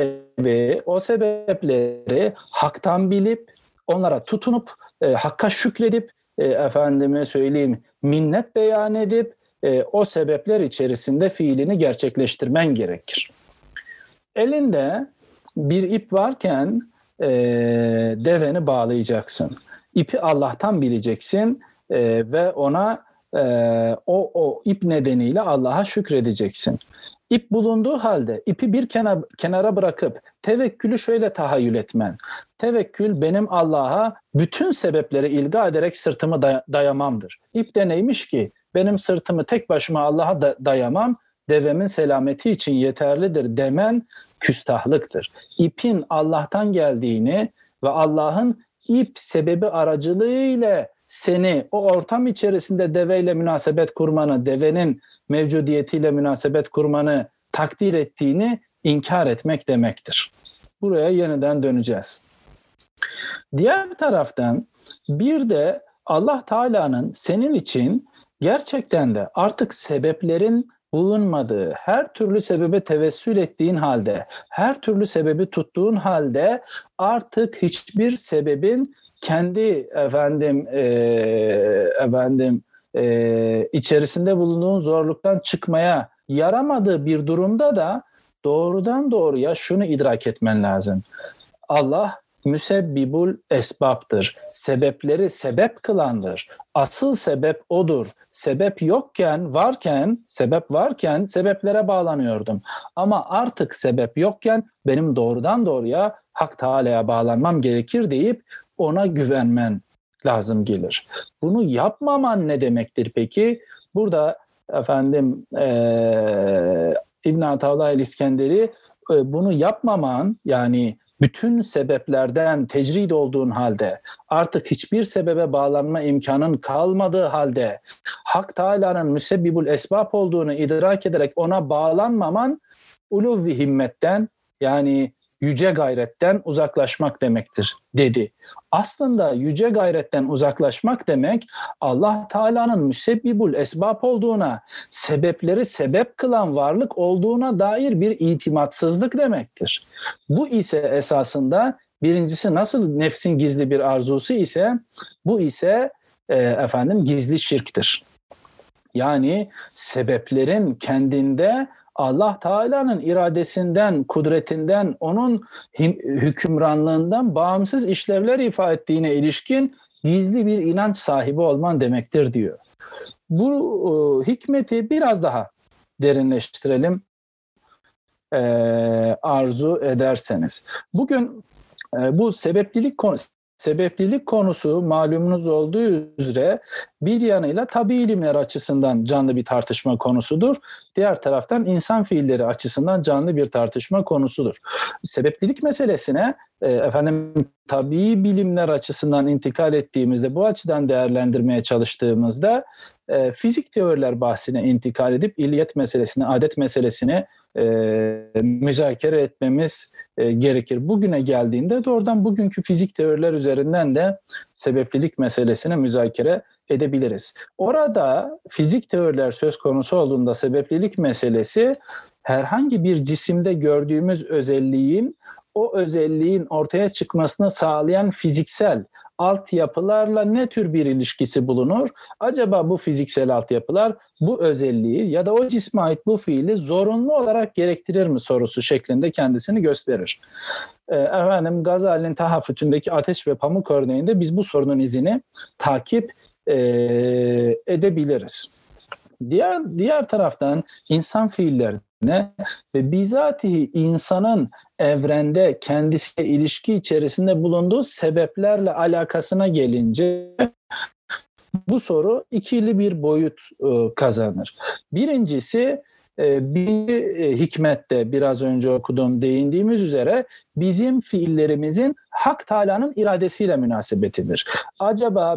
sebepleri haktan bilip, onlara tutunup, hakka şükredip, minnet beyan edip, o sebepler içerisinde fiilini gerçekleştirmen gerekir. Elinde bir ip varken deveni bağlayacaksın. İpi Allah'tan bileceksin ve ona o ip nedeniyle Allah'a şükredeceksin. İp bulunduğu halde ipi bir kenara bırakıp tevekkülü şöyle tahayyül etmen. Tevekkül benim Allah'a bütün sebepleri ilga ederek sırtımı dayamamdır. İp de neymiş ki? Benim sırtımı tek başıma Allah'a dayamam, devemin selameti için yeterlidir demen küstahlıktır. İpin Allah'tan geldiğini ve Allah'ın ip sebebi aracılığıyla seni o ortam içerisinde deveyle münasebet kurmanı, devenin mevcudiyetiyle münasebet kurmanı takdir ettiğini inkar etmek demektir. Buraya yeniden döneceğiz. Diğer taraftan bir de Allah Teala'nın senin için gerçekten de artık sebeplerin bulunmadığı, her türlü sebebe tevessül ettiğin halde, her türlü sebebi tuttuğun halde artık hiçbir sebebin kendi içerisinde bulunduğun zorluktan çıkmaya yaramadığı bir durumda da doğrudan doğruya şunu idrak etmen lazım. Allah müsebbibul esbaptır. Sebepleri sebep kılandır. Asıl sebep odur. Sebep yokken, sebep varken sebeplere bağlanıyordum. Ama artık sebep yokken benim doğrudan doğruya Hak Teâlâ'ya bağlanmam gerekir deyip ona güvenmen lazım gelir. Bunu yapmaman ne demektir peki? Burada efendim İbn Ataullah el-İskenderi bunu yapmaman, yani bütün sebeplerden tecrid olduğun halde, artık hiçbir sebebe bağlanma imkanın kalmadığı halde Hak Teâlâ'nın müsebbibul esbab olduğunu idrak ederek ona bağlanmaman uluvvi himmetten, yani yüce gayretten uzaklaşmak demektir dedi. Aslında yüce gayretten uzaklaşmak demek Allah Teala'nın müsebbibul esbab olduğuna, sebepleri sebep kılan varlık olduğuna dair bir itimatsızlık demektir. Bu ise esasında birincisi nasıl nefsin gizli bir arzusu ise bu ise gizli şirktir. Yani sebeplerin kendinde Allah Teala'nın iradesinden, kudretinden, onun hükümranlığından bağımsız işlevler ifade ettiğine ilişkin gizli bir inanç sahibi olman demektir diyor. Bu hikmeti biraz daha derinleştirelim arzu ederseniz. Bugün bu sebeplilik konusu malumunuz olduğu üzere bir yanıyla tabii ilimler açısından canlı bir tartışma konusudur. Diğer taraftan insan fiilleri açısından canlı bir tartışma konusudur. Sebeplilik meselesine tabii bilimler açısından intikal ettiğimizde, bu açıdan değerlendirmeye çalıştığımızda fizik teoriler bahsine intikal edip illiyet meselesine, adet meselesine müzakere etmemiz gerekir. Bugüne geldiğinde doğrudan bugünkü fizik teoriler üzerinden de sebeplilik meselesine müzakere edebiliriz. Orada fizik teoriler söz konusu olduğunda sebeplilik meselesi herhangi bir cisimde gördüğümüz özelliğin, o özelliğin ortaya çıkmasını sağlayan fiziksel altyapılarla ne tür bir ilişkisi bulunur? Acaba bu fiziksel altyapılar bu özelliği ya da o cisme ait bu fiili zorunlu olarak gerektirir mi sorusu şeklinde kendisini gösterir. Gazali'nin Tahafütündeki ateş ve pamuk örneğinde biz bu sorunun izini takip edebiliriz. Diğer taraftan insan fiillerine ve bizatihi insanın evrende kendisiyle ilişki içerisinde bulunduğu sebeplerle alakasına gelince bu soru ikili bir boyut kazanır. Birincisi bir hikmette biraz önce değindiğimiz üzere bizim fiillerimizin Hak Teâlâ'nın iradesiyle münasebetidir. Acaba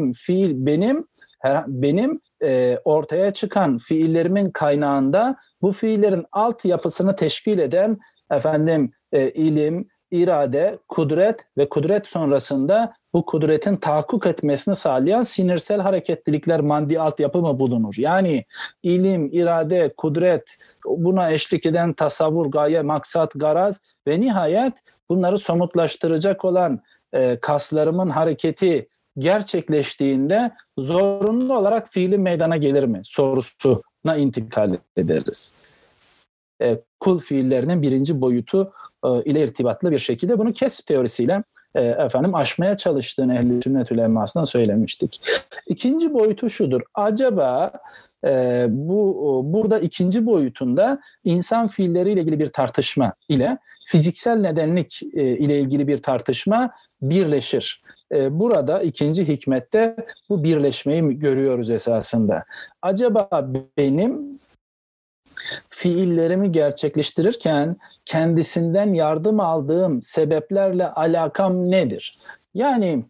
benim ortaya çıkan fiillerimin kaynağında bu fiillerin altyapısını teşkil eden ilim, irade, kudret ve kudret sonrasında bu kudretin tahakkuk etmesini sağlayan sinirsel hareketlilikler, maddi altyapı mı bulunur? Yani ilim, irade, kudret, buna eşlik eden tasavvur, gaye, maksat, garaz ve nihayet bunları somutlaştıracak olan kaslarımın hareketi gerçekleştiğinde zorunlu olarak fiilin meydana gelir mi sorusuna intikal ederiz. Kul fiillerinin birinci boyutu ile irtibatlı bir şekilde bunu kesb teorisiyle aşmaya çalıştığını ehl-i sünnet ulemasından söylemiştik. İkinci boyutu şudur. Acaba burada ikinci boyutunda insan fiilleriyle ilgili bir tartışma ile fiziksel nedenlik ile ilgili bir tartışma birleşir. Burada ikinci hikmette bu birleşmeyi görüyoruz esasında. Acaba benim fiillerimi gerçekleştirirken kendisinden yardım aldığım sebeplerle alakam nedir? Yani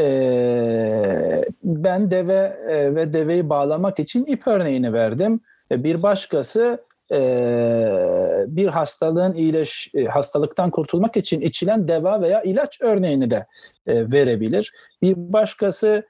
ben deve ve deveyi bağlamak için ip örneğini verdim. Bir başkası bir hastalıktan kurtulmak için içilen deva veya ilaç örneğini de verebilir. Bir başkası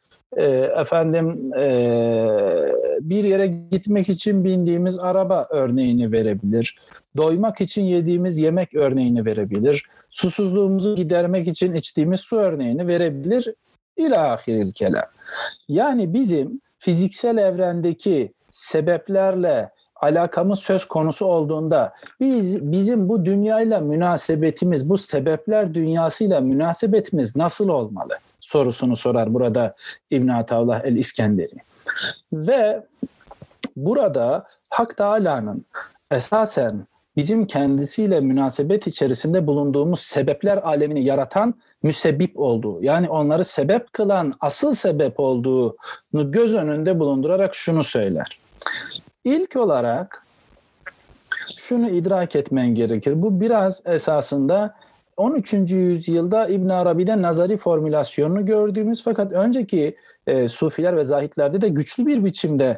bir yere gitmek için bindiğimiz araba örneğini verebilir. Doymak için yediğimiz yemek örneğini verebilir. Susuzluğumuzu gidermek için içtiğimiz su örneğini verebilir. İlâhiril kelam. Yani bizim fiziksel evrendeki sebeplerle alakamız söz konusu olduğunda bizim bu dünyayla münasebetimiz, bu sebepler dünyasıyla münasebetimiz nasıl olmalı sorusunu sorar burada İbn Ataullah el-İskenderi. Ve burada Hak Teâlâ'nın esasen bizim kendisiyle münasebet içerisinde bulunduğumuz sebepler alemini yaratan müsebbip olduğu, yani onları sebep kılan asıl sebep olduğunu göz önünde bulundurarak şunu söyler. İlk olarak şunu idrak etmen gerekir. Bu biraz esasında 13. yüzyılda İbn Arabi'den nazari formülasyonunu gördüğümüz fakat önceki Sufiler ve Zahitlerde de güçlü bir biçimde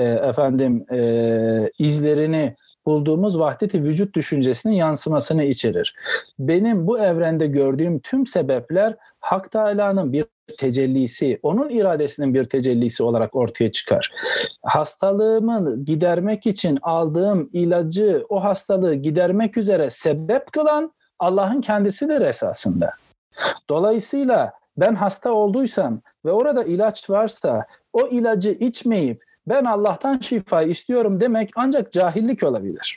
izlerini bulduğumuz vahdet-i vücut düşüncesinin yansımasını içerir. Benim bu evrende gördüğüm tüm sebepler Hak Teâlâ'nın bir tecellisi, onun iradesinin bir tecellisi olarak ortaya çıkar. Hastalığımı gidermek için aldığım ilacı o hastalığı gidermek üzere sebep kılan Allah'ın kendisidir esasında. Dolayısıyla ben hasta olduysam ve orada ilaç varsa o ilacı içmeyip ben Allah'tan şifa istiyorum demek ancak cahillik olabilir.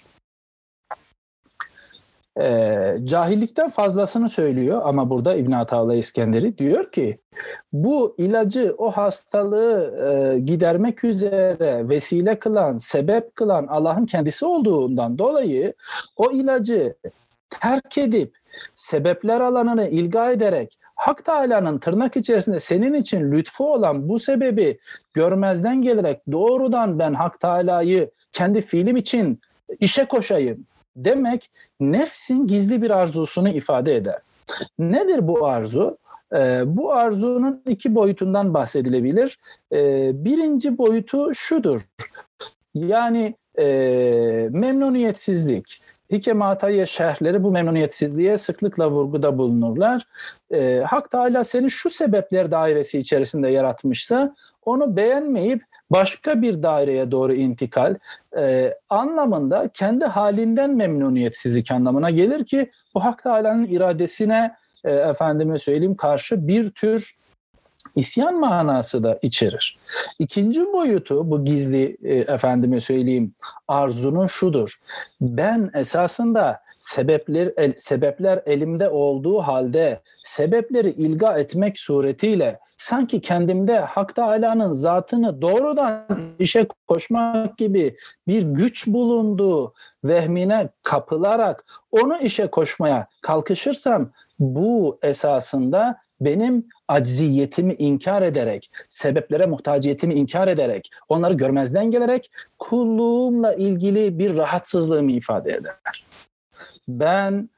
Cahillikten fazlasını söylüyor ama burada İbn Ataullah İskenderi diyor ki bu ilacı o hastalığı gidermek üzere vesile kılan, sebep kılan Allah'ın kendisi olduğundan dolayı o ilacı terk edip sebepler alanını ilga ederek Hak Teâlâ'nın tırnak içerisinde senin için lütfu olan bu sebebi görmezden gelerek doğrudan ben Hak Teâlâ'yı kendi fiilim için işe koşayım demek nefsin gizli bir arzusunu ifade eder. Nedir bu arzu? Bu arzunun iki boyutundan bahsedilebilir. Birinci boyutu şudur. Yani memnuniyetsizlik. Hikem Ataiye şerhleri bu memnuniyetsizliğe sıklıkla vurguda bulunurlar. Hak Teâlâ seni şu sebepler dairesi içerisinde yaratmışsa onu beğenmeyip başka bir daireye doğru intikal anlamında kendi halinden memnuniyetsizlik anlamına gelir ki bu Hak Teâlâ'nın iradesine karşı bir tür İsyan manası da içerir. İkinci boyutu bu gizli arzunun şudur. Ben esasında sebepler elimde olduğu halde sebepleri ilga etmek suretiyle sanki kendimde Hak Teâlâ'nın zatını doğrudan işe koşmak gibi bir güç bulunduğu vehmine kapılarak onu işe koşmaya kalkışırsam bu esasında benim acziyetimi inkar ederek, sebeplere muhtaciyetimi inkar ederek, onları görmezden gelerek kulluğumla ilgili bir rahatsızlığımı ifade eder. Ben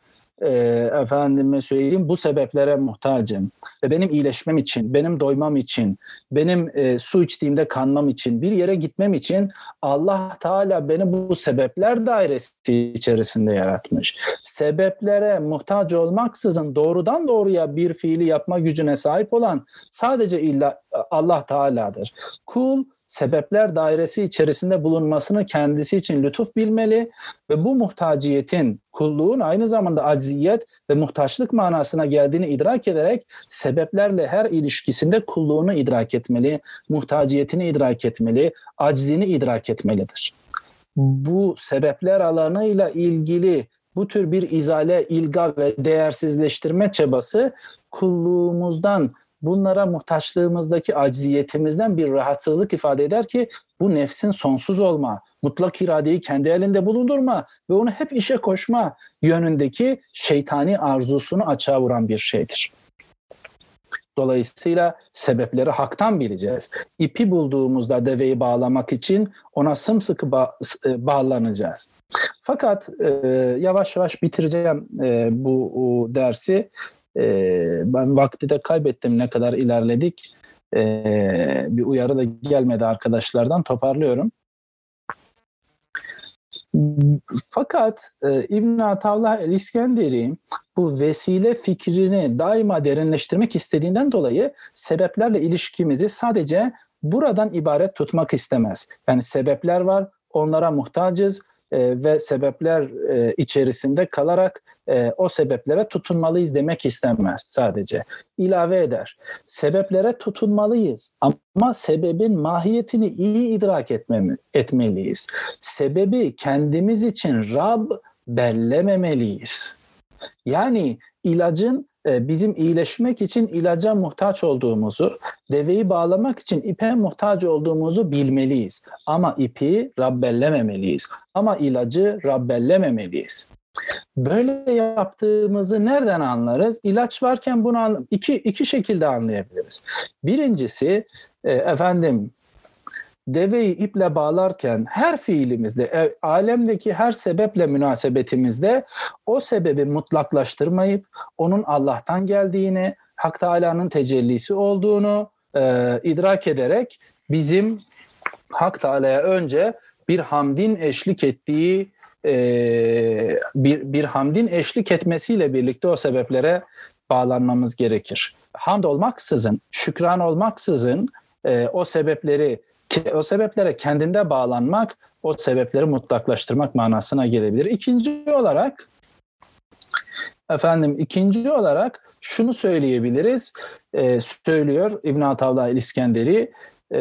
bu sebeplere muhtacım ve benim iyileşmem için, benim doymam için, benim su içtiğimde kanmam için, bir yere gitmem için Allah Teala beni bu sebepler dairesi içerisinde yaratmış. Sebeplere muhtaç olmaksızın doğrudan doğruya bir fiili yapma gücüne sahip olan sadece Allah Teala'dır. Kul sebepler dairesi içerisinde bulunmasını kendisi için lütuf bilmeli ve bu muhtaciyetin, kulluğun aynı zamanda acziyet ve muhtaçlık manasına geldiğini idrak ederek sebeplerle her ilişkisinde kulluğunu idrak etmeli, muhtaciyetini idrak etmeli, aczini idrak etmelidir. Bu sebepler alanıyla ilgili bu tür bir izale, ilga ve değersizleştirme çabası kulluğumuzdan, bunlara muhtaçlığımızdaki acziyetimizden bir rahatsızlık ifade eder ki bu nefsin sonsuz olma, mutlak iradeyi kendi elinde bulundurma ve onu hep işe koşma yönündeki şeytani arzusunu açığa vuran bir şeydir. Dolayısıyla sebepleri haktan bileceğiz. İpi bulduğumuzda deveyi bağlamak için ona sımsıkı bağlanacağız. Fakat yavaş yavaş bitireceğim bu dersi. Ben vakti de kaybettim, ne kadar ilerledik. Bir uyarı da gelmedi arkadaşlardan, toparlıyorum. Fakat İbn Ataullah el-İskenderi bu vesile fikrini daima derinleştirmek istediğinden dolayı sebeplerle ilişkimizi sadece buradan ibaret tutmak istemez. Yani sebepler var, onlara muhtacız. ve sebepler içerisinde kalarak o sebeplere tutunmalıyız demek istenmez sadece. İlave eder. Sebeplere tutunmalıyız ama sebebin mahiyetini iyi idrak etmeliyiz. Sebebi kendimiz için Rab bellememeliyiz. Yani ilacın bizim iyileşmek için ilaca muhtaç olduğumuzu, deveyi bağlamak için ipe muhtaç olduğumuzu bilmeliyiz. Ama ipi Rabbellememeliyiz. Ama ilacı Rabbellememeliyiz. Böyle yaptığımızı nereden anlarız? İlaç varken bunu iki şekilde anlayabiliriz. Birincisi, deveyi iple bağlarken her fiilimizde, alemdeki her sebeple münasebetimizde o sebebi mutlaklaştırmayıp onun Allah'tan geldiğini, Hak Teâlâ'nın tecellisi olduğunu idrak ederek bizim Hak Teâlâ'ya önce bir hamdin eşlik ettiği, bir hamdin eşlik etmesiyle birlikte o sebeplere bağlanmamız gerekir. Hamd olmaksızın, şükran olmaksızın o sebeplere kendinde bağlanmak, o sebepleri mutlaklaştırmak manasına gelebilir. İkinci olarak şunu söyleyebiliriz. Söylüyor İbn Atavlah el-İskenderi,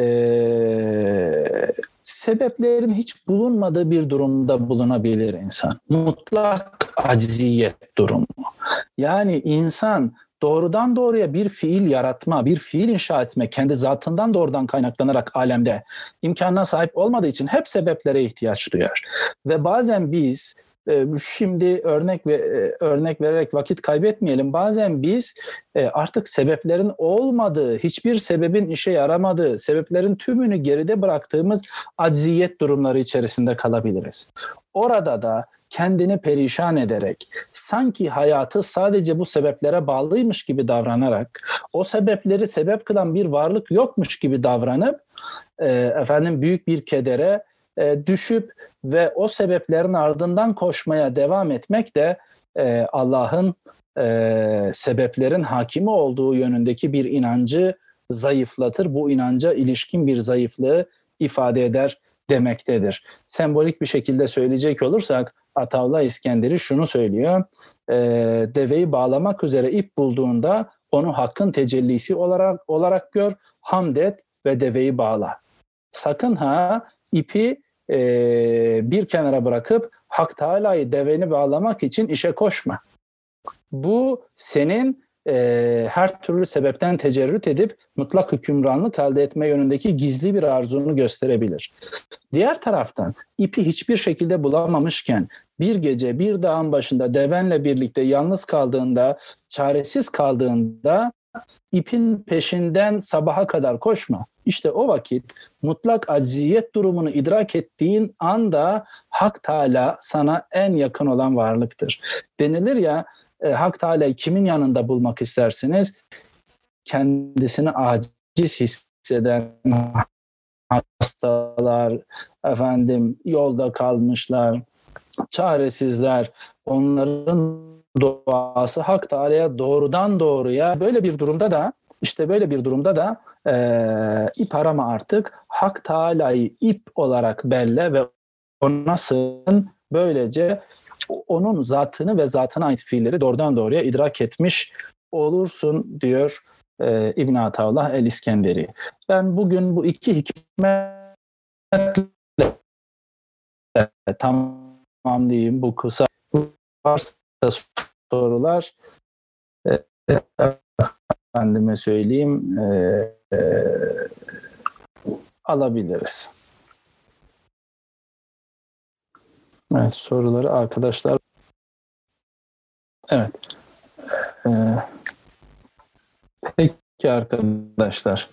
sebeplerin hiç bulunmadığı bir durumda bulunabilir insan. Mutlak acziyet durumu. Yani insan doğrudan doğruya bir fiil yaratma, bir fiil inşa etme, kendi zatından doğrudan kaynaklanarak alemde imkanına sahip olmadığı için hep sebeplere ihtiyaç duyar. Ve bazen biz, şimdi örnek vererek vakit kaybetmeyelim, bazen biz artık sebeplerin olmadığı, hiçbir sebebin işe yaramadığı, sebeplerin tümünü geride bıraktığımız acziyet durumları içerisinde kalabiliriz. Orada da kendini perişan ederek, sanki hayatı sadece bu sebeplere bağlıymış gibi davranarak, o sebepleri sebep kılan bir varlık yokmuş gibi davranıp, büyük bir kedere düşüp ve o sebeplerin ardından koşmaya devam etmek de Allah'ın sebeplerin hakimi olduğu yönündeki bir inancı zayıflatır. Bu inanca ilişkin bir zayıflığı ifade eder demektedir. Sembolik bir şekilde söyleyecek olursak, Atavlah İskenderi şunu söylüyor: deveyi bağlamak üzere ip bulduğunda onu hakkın tecellisi olarak gör, hamd et ve deveyi bağla. Sakın ipi bir kenara bırakıp Hak Teâlâ'yı deveni bağlamak için işe koşma. Bu senin her türlü sebepten tecerrüt edip mutlak hükümranlık elde etme yönündeki gizli bir arzunu gösterebilir. Diğer taraftan ipi hiçbir şekilde bulamamışken bir gece bir dağın başında devenle birlikte yalnız kaldığında, çaresiz kaldığında ipin peşinden sabaha kadar koşma. İşte o vakit mutlak acziyet durumunu idrak ettiğin anda Hak Teâlâ sana en yakın olan varlıktır. Denilir ya, Hak Teâlâ'yı kimin yanında bulmak istersiniz? Kendisini aciz hisseden hastalar, yolda kalmışlar, çaresizler, onların duası Hak Teâlâ'ya doğrudan doğruya. Böyle bir durumda da ip arama artık. Hak Teâlâ'yı ip olarak belle ve ona sığın. Böylece onun zatını ve zatına ait fiilleri doğrudan doğruya idrak etmiş olursun diyor İbn Atavlah el-İskenderi. Ben bugün bu iki hikmetle tamamlayayım bu kısa. Varsa sorular efendime söyleyeyim alabiliriz. Evet, soruları arkadaşlar. Evet. Peki arkadaşlar.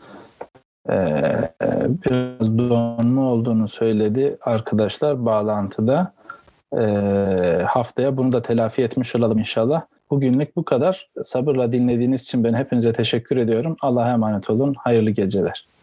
Biraz donma olduğunu söyledi arkadaşlar bağlantıda. Haftaya bunu da telafi etmiş olalım inşallah. Bugünlük bu kadar. Sabırla dinlediğiniz için ben hepinize teşekkür ediyorum. Allah'a emanet olun. Hayırlı geceler.